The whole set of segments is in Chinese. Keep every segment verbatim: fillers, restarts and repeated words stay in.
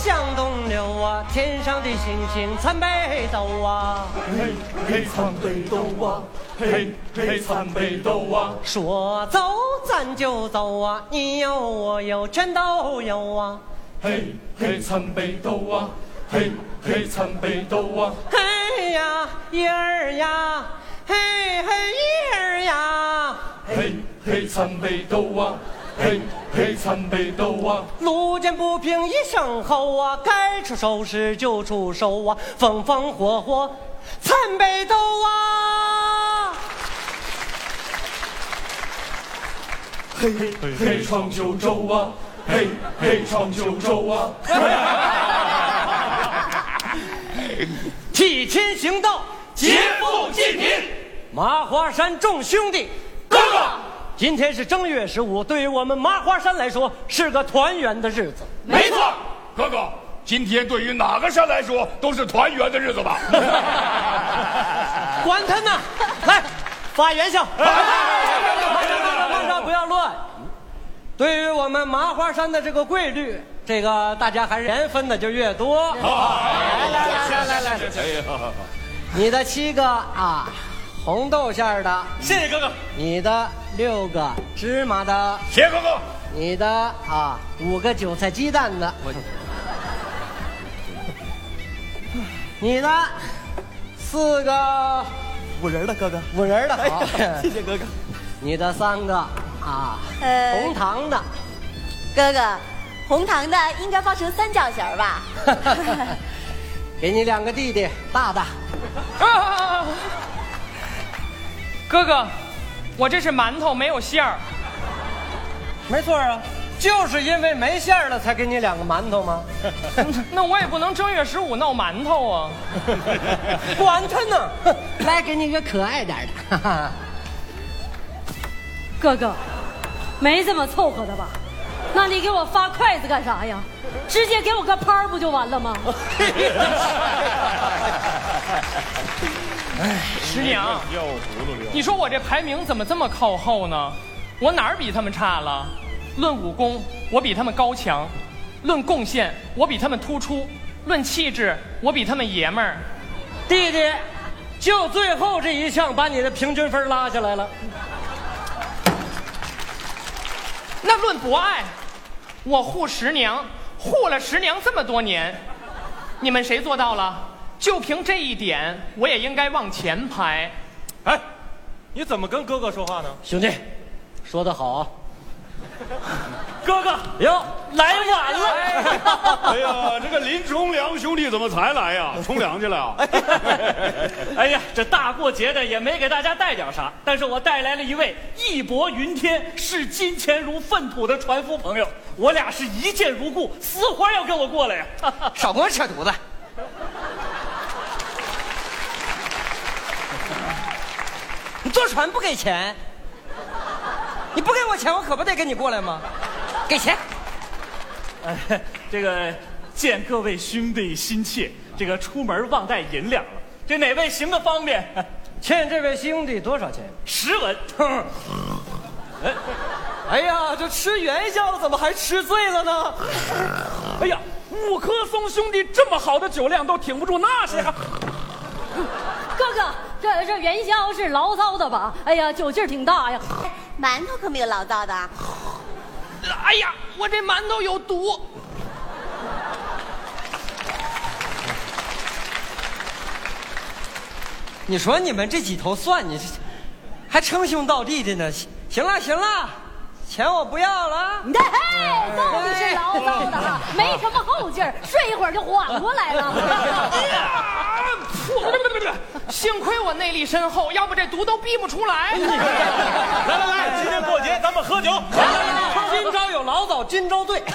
向东流啊，天上的星星参北斗啊。 嘿嘿参北斗啊，嘿嘿参北斗啊。 说走咱就走啊，你有我有全都有啊。 嘿嘿参北斗啊，嘿嘿参北斗啊。 嘿呀一儿呀，嘿嘿一儿呀。 嘿嘿参北斗啊，嘿嘿参北斗啊。 路见不平一声吼啊，该出手时就出手啊，风风火火参北斗啊。 嘿嘿嘿闯九州啊，嘿嘿闯九州啊。 替天行道， 劫富济贫。 麻花山众兄弟， 哥哥， 今天是正月十五，对于我们麻花山来说是个团圆的日子。 没错，哥哥，今天对于哪个山来说都是团圆的日子吧？ 管他呢，来发元宵。慢着慢着，不要乱。对于我们麻花山的这个规律，这个大家还是年分的就越多。来来来来来，你的七个啊，红豆馅的， 谢谢哥哥。 你的六个芝麻的， 谢谢哥哥。 你的啊五个韭菜鸡蛋的，你的四个五仁的哥哥， 五仁的，好， 谢谢哥哥。 你的三个啊呃红糖的， 哥哥，红糖的应该放成三角形吧？ 给你两个弟弟，大的。 啊！哥哥，我这是馒头没有馅儿。 没错啊，就是因为没馅儿了才给你两个馒头吗？ 那我也不能正月十五闹馒头啊！ 管他呢，来给你一个可爱点的。哈哈， 哥哥，没这么凑合的吧？那你给我发筷子干啥呀？直接给我个拍儿不就完了吗？ 哎，师娘，你说我这排名怎么这么靠后呢？我哪儿比他们差了？论武功，我比他们高强；论贡献，我比他们突出；论气质，我比他们爷们儿。 弟弟，就最后这一项把你的平均分拉下来了。 那论博爱，我护十娘，护了十娘这么多年，你们谁做到了？就凭这一点，我也应该往前排。 哎，你怎么跟哥哥说话呢？ 兄弟，说得好啊！ 哥哥哟，来晚了。 哎呀，这个林冲良兄弟怎么才来呀？冲凉去了。 哎呀，这大过节的也没给大家带点啥，但是我带来了一位义薄云天、视金钱如粪土的船夫朋友，我俩是一见如故，死活要跟我过来呀！ 少跟我扯犊子！你坐船不给钱？你不给我钱，我可不得跟你过来吗？给钱！ 哎，这个见各位兄弟心切，这个出门忘带银两了，这哪位行个方便？ 欠这位兄弟多少钱？ 十文。 哎，哎呀，这吃元宵怎么还吃醉了呢？ 哎呀，五棵松兄弟这么好的酒量都挺不住那些。 哥哥，这这元宵是醪糟的吧？哎呀，酒劲儿挺大呀。 馒头可没有醪糟的。 哎呀，我这馒头有毒。 你说你们这几头蒜，你这还称兄道弟的呢？行了行了，钱我不要了。 嘿，到底是醪糟的哈，没什么后劲儿，睡一会儿就缓过来了。 幸亏我内力深厚，要不这毒都逼不出来。 来来来，今天过节咱们喝酒。 来来来，今朝有醪糟，今朝醉。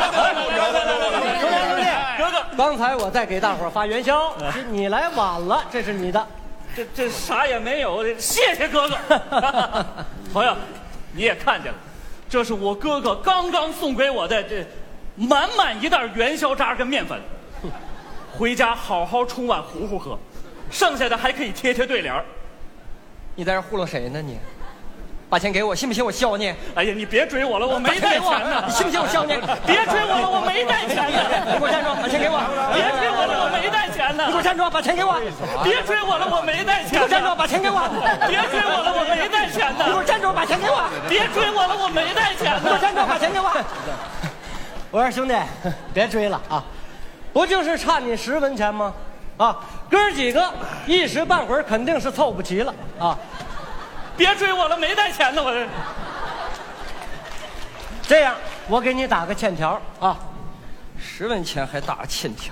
哥哥， 刚才我在给大伙儿发元宵，是你来晚了，这是你的。 这这啥也没有，谢谢哥哥。朋友，你也看见了，这是我哥哥刚刚送给我的这满满一袋元宵渣跟面粉，回家好好冲碗糊糊喝，剩下的还可以贴贴对联。 你在这糊弄谁呢你？把钱给我，信不信我削你？ 哎呀，你别追我了，我没带钱呢。 你信不信我削你？ 别追我了，我没带钱呢。 你给我站住！ 钱给我！ 别追我了，我没带钱呢！ 你给我站住，把钱给我！ 别追我了，我没带钱！ 你给我站住，把钱给我！ 别追我了，我没带钱呢！ 你给我站住，把钱给我！ 别追我了，我没带钱呢！ 你给我站住，把钱给我！我说兄弟，别追了啊，不就是差你十文钱吗？啊，哥几个一时半会儿肯定是凑不齐了啊！ 别追我了，没带钱呢，我这。 这样，我给你打个欠条啊，十文钱还打欠条。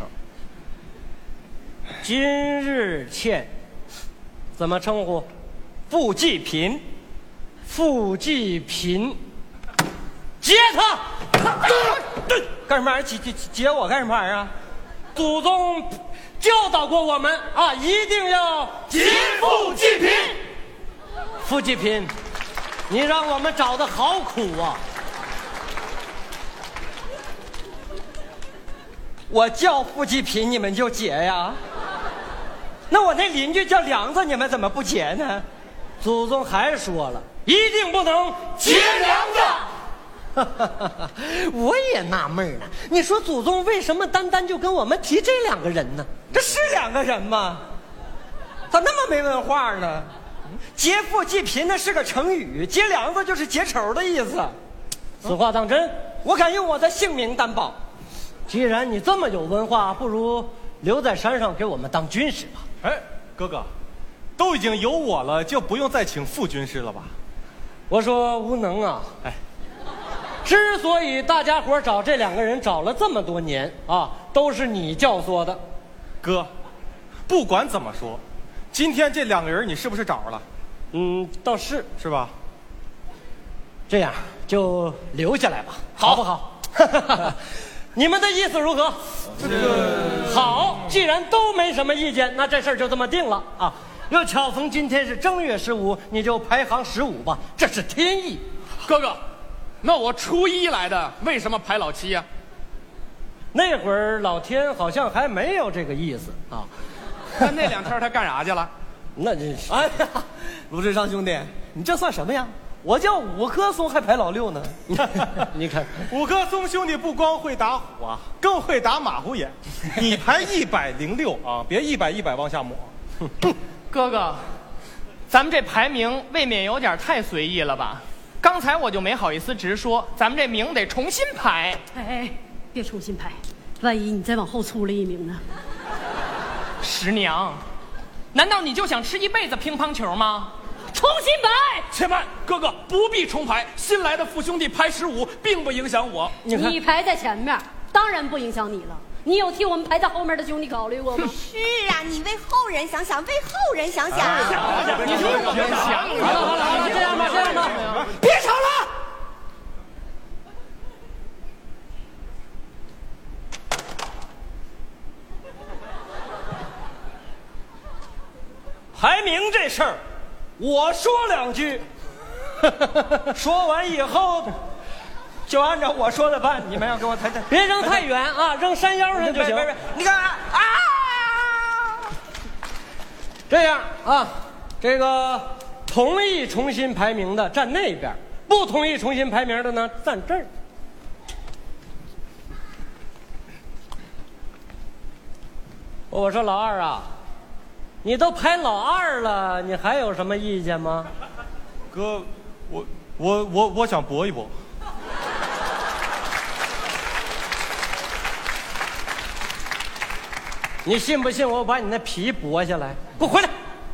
今日欠，怎么称呼？付济贫，付济贫，接他！干什么玩意儿？接接接我干什么玩意儿啊？祖宗教导过我们啊，一定要劫富济贫。 付济贫，你让我们找的好苦啊！我叫付济贫，你们就结呀？那我那邻居叫梁子，你们怎么不结呢？祖宗还说了，一定不能结梁子。 我也纳闷了，你说祖宗为什么单单就跟我们提这两个人呢？这是两个人吗？咋那么没文化呢？劫富济贫那是个成语，结梁子就是结仇的意思。此话当真，我敢用我的性命担保。既然你这么有文化，不如留在山上给我们当军师吧。 哎，哥哥，都已经有我了，就不用再请副军师了吧？ 我说无能啊，哎。之所以大家伙找这两个人找了这么多年啊，都是你教唆的。 哥，不管怎么说，今天这两个人你是不是找了？ 嗯，倒是是吧？ 这样就留下来吧，好不好？你们的意思如何？ 这个好，既然都没什么意见，那这事儿就这么定了啊。又巧逢今天是正月十五，你就排行十五吧，这是天意。 哥哥。那我初一来的，为什么排老七呀、啊？ 那会儿老天好像还没有这个意思啊。 那那两天他干啥去了？ 那真是。 哎呀，卢志昌兄弟，你这算什么呀？我叫五棵松还排老六呢。 你看， 五棵松兄弟不光会打虎啊，更会打马虎眼。你排一百零六啊，别一百一百往下抹。 哥哥，咱们这排名未免有点太随意了吧？刚才我就没好意思直说，咱们这名得重新排。 哎哎，别重新排，万一你再往后出了一名呢？ 师娘，难道你就想吃一辈子乒乓球吗？ 重新排！ 且慢，哥哥不必重排，新来的父兄弟排十五，并不影响我。 你, 你排在前面，当然不影响你了。你有替我们排在后面的兄弟考虑过吗？ 是啊，你为后人想想，为后人想想。 你听我们想。 好了好了好了，这样吧这样吧，别吵了。排名这事儿，我说两句，说完以后。就按照我说的办，你们要给我抬抬，别扔太远啊，扔山腰上就行。别别别，你看啊，这样啊，这个同意重新排名的站那边，不同意重新排名的呢站这儿。我说老二啊，你都排老二了，你还有什么意见吗？ 哥，我我我我想搏一搏。 你信不信我把你那皮剥下来？给我回来！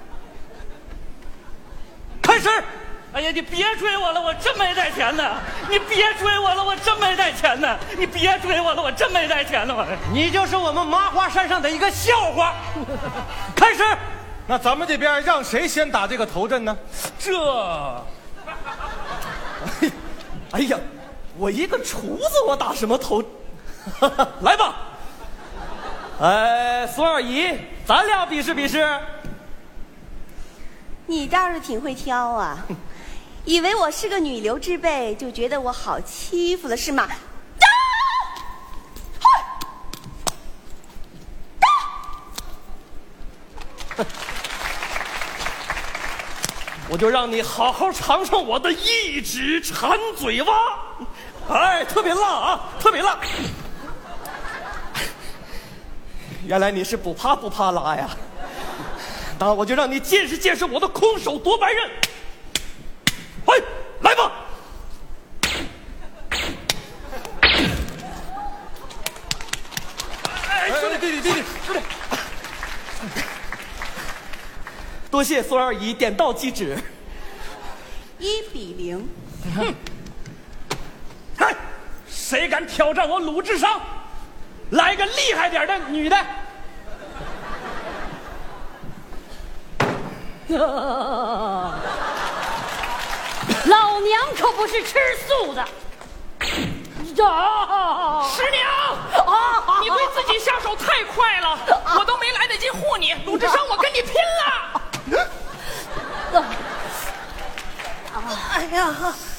开始！ 哎呀，你别追我了，我真没带钱呢！你别追我了，我真没带钱呢！你别追我了，我真没带钱呢！我你就是我们麻花山上的一个笑话。开始！ 那咱们这边让谁先打这个头阵呢？ 这……哎呀，我一个厨子，我打什么头？来吧！哎，苏二姨，咱俩比试比试。 你倒是挺会挑啊，以为我是个女流之辈，就觉得我好欺负了是吗？ 我就让你好好尝尝我的一指馋嘴蛙。哎，特别辣啊，特别辣。 原来你是不怕不怕辣呀！那我就让你见识见识我的空手夺白刃。哎，来吧！哎，兄弟，弟弟，弟弟，兄弟，多谢孙二姨点到即止。 一比零。 哼！嗨，谁敢挑战我鲁智商？来个厉害点的女的。 老娘可不是吃素的。啊！ 师娘，啊！你对自己下手太快了，我都没来得及护你。鲁智商，我跟你拼了！ 哎呀！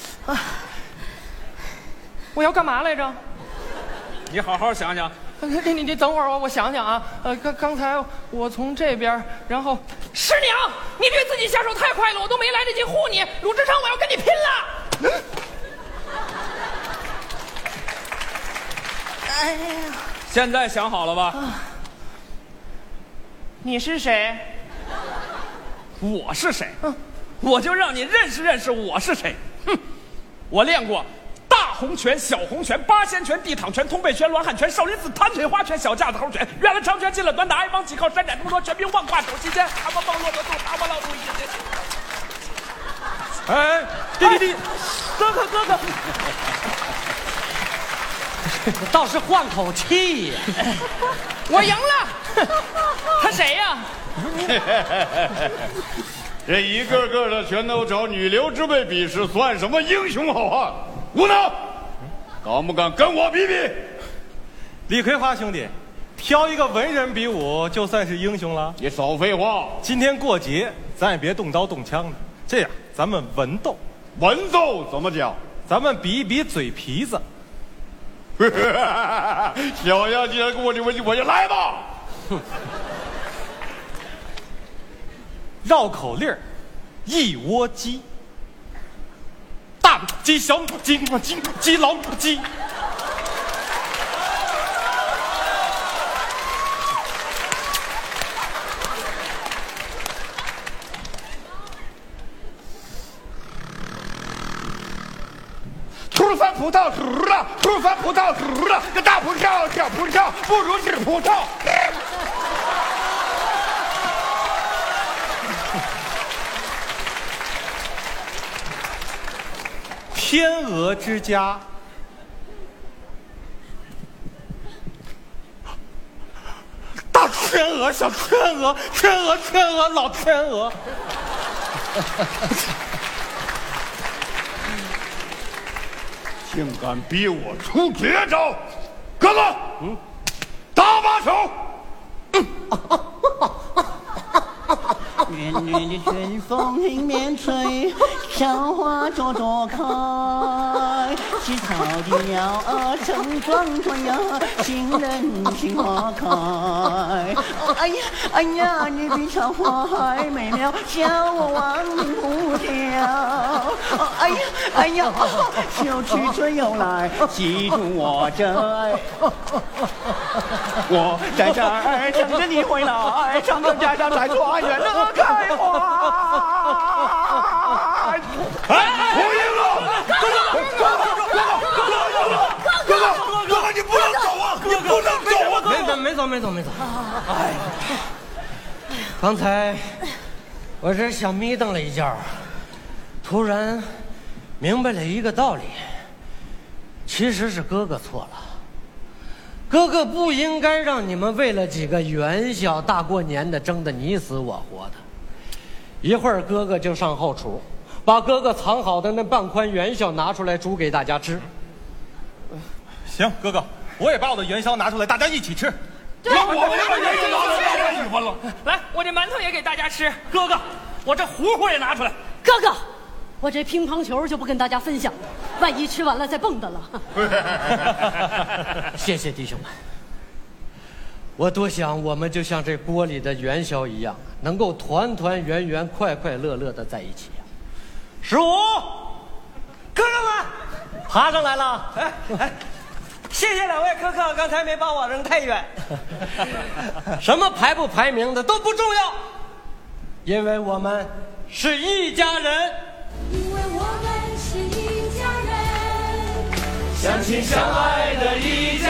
我要干嘛来着？ 你好好想想。 你你你等会儿，我我想想啊。呃，刚刚才我从这边，然后师娘，你对自己下手太快了，我都没来得及护你。鲁智商，我要跟你拼了！ 哎呀！ 现在想好了吧？ 啊、你是谁？ 我是谁？嗯，我就让你认识认识我是谁。哼，我练过大红拳、小红拳、八仙拳、地躺拳、通背拳、栾汉拳、少林寺弹腿花拳、小架子猴拳、原来长拳、进了短打、挨帮几靠山寨中说全兵万跨手期间，阿帮帮落得动，阿帮老主一些。 哎，弟弟弟， 哥哥哥哥。倒是换口气呀！ 我赢了，他谁呀？ 这一个个的全都找女流之辈比试，算什么英雄好汉？无能，敢不敢跟我比比？ 李葵花兄弟，挑一个文人比武，就算是英雄了？ 你少废话！ 今天过节，咱也别动刀动枪的。这样，咱们文斗。 文斗怎么讲？ 咱们比一比嘴皮子。 小样，既然跟我这问题，我就来吧。 绕口令儿，一窝鸡，大鸡、小鸡、鸡、鸡、老母鸡。 吐番葡萄吐了，吐番葡萄吐了，个大葡萄小葡萄不如吃葡萄。 天鹅之家，大天鹅、小天鹅、天鹅、天鹅、老天鹅。 竟敢逼我出绝招，哥哥，嗯，搭把手。 远远的春风迎面吹，小花朵朵开，青草的鸟儿成双对呀，新人杏花开。哎呀哎呀，你比草花还美妙，叫我忘不掉。哎呀哎呀，秋去春又来，记住我这爱。我在这儿等着你回来，长长家家在花园乐开花。 哎，我赢了！哥哥，哥哥，哥哥，哥哥，哥哥，你不能走啊！你不能走啊！ 没走，没走，没走，没走。哎，刚才我这小眯瞪了一觉，突然明白了一个道理，其实是哥哥错了。哥哥不应该让你们为了几个元宵大过年的争得你死我活的。一会儿哥哥就上后厨，把哥哥藏好的那半筐元宵拿出来煮给大家吃。 行，哥哥，我也把我的元宵拿出来，大家一起吃。 对，我把元宵拿出来，喜欢了。来，我这馒头也给大家吃。 哥哥，我这糊糊也拿出来。 哥哥，我这乒乓球就不跟大家分享了，万一吃完了再蹦跶了。 谢谢弟兄们，我多想我们就像这锅里的元宵一样，能够团团圆圆、快快乐乐的在一起。十五，哥哥们爬上来了！哎哎，下谢谢两位哥哥，刚才没把我扔太远。什么排不排名的都不重要，因为我们是一家人。 因为我们是一家人， 相亲相爱的一家人。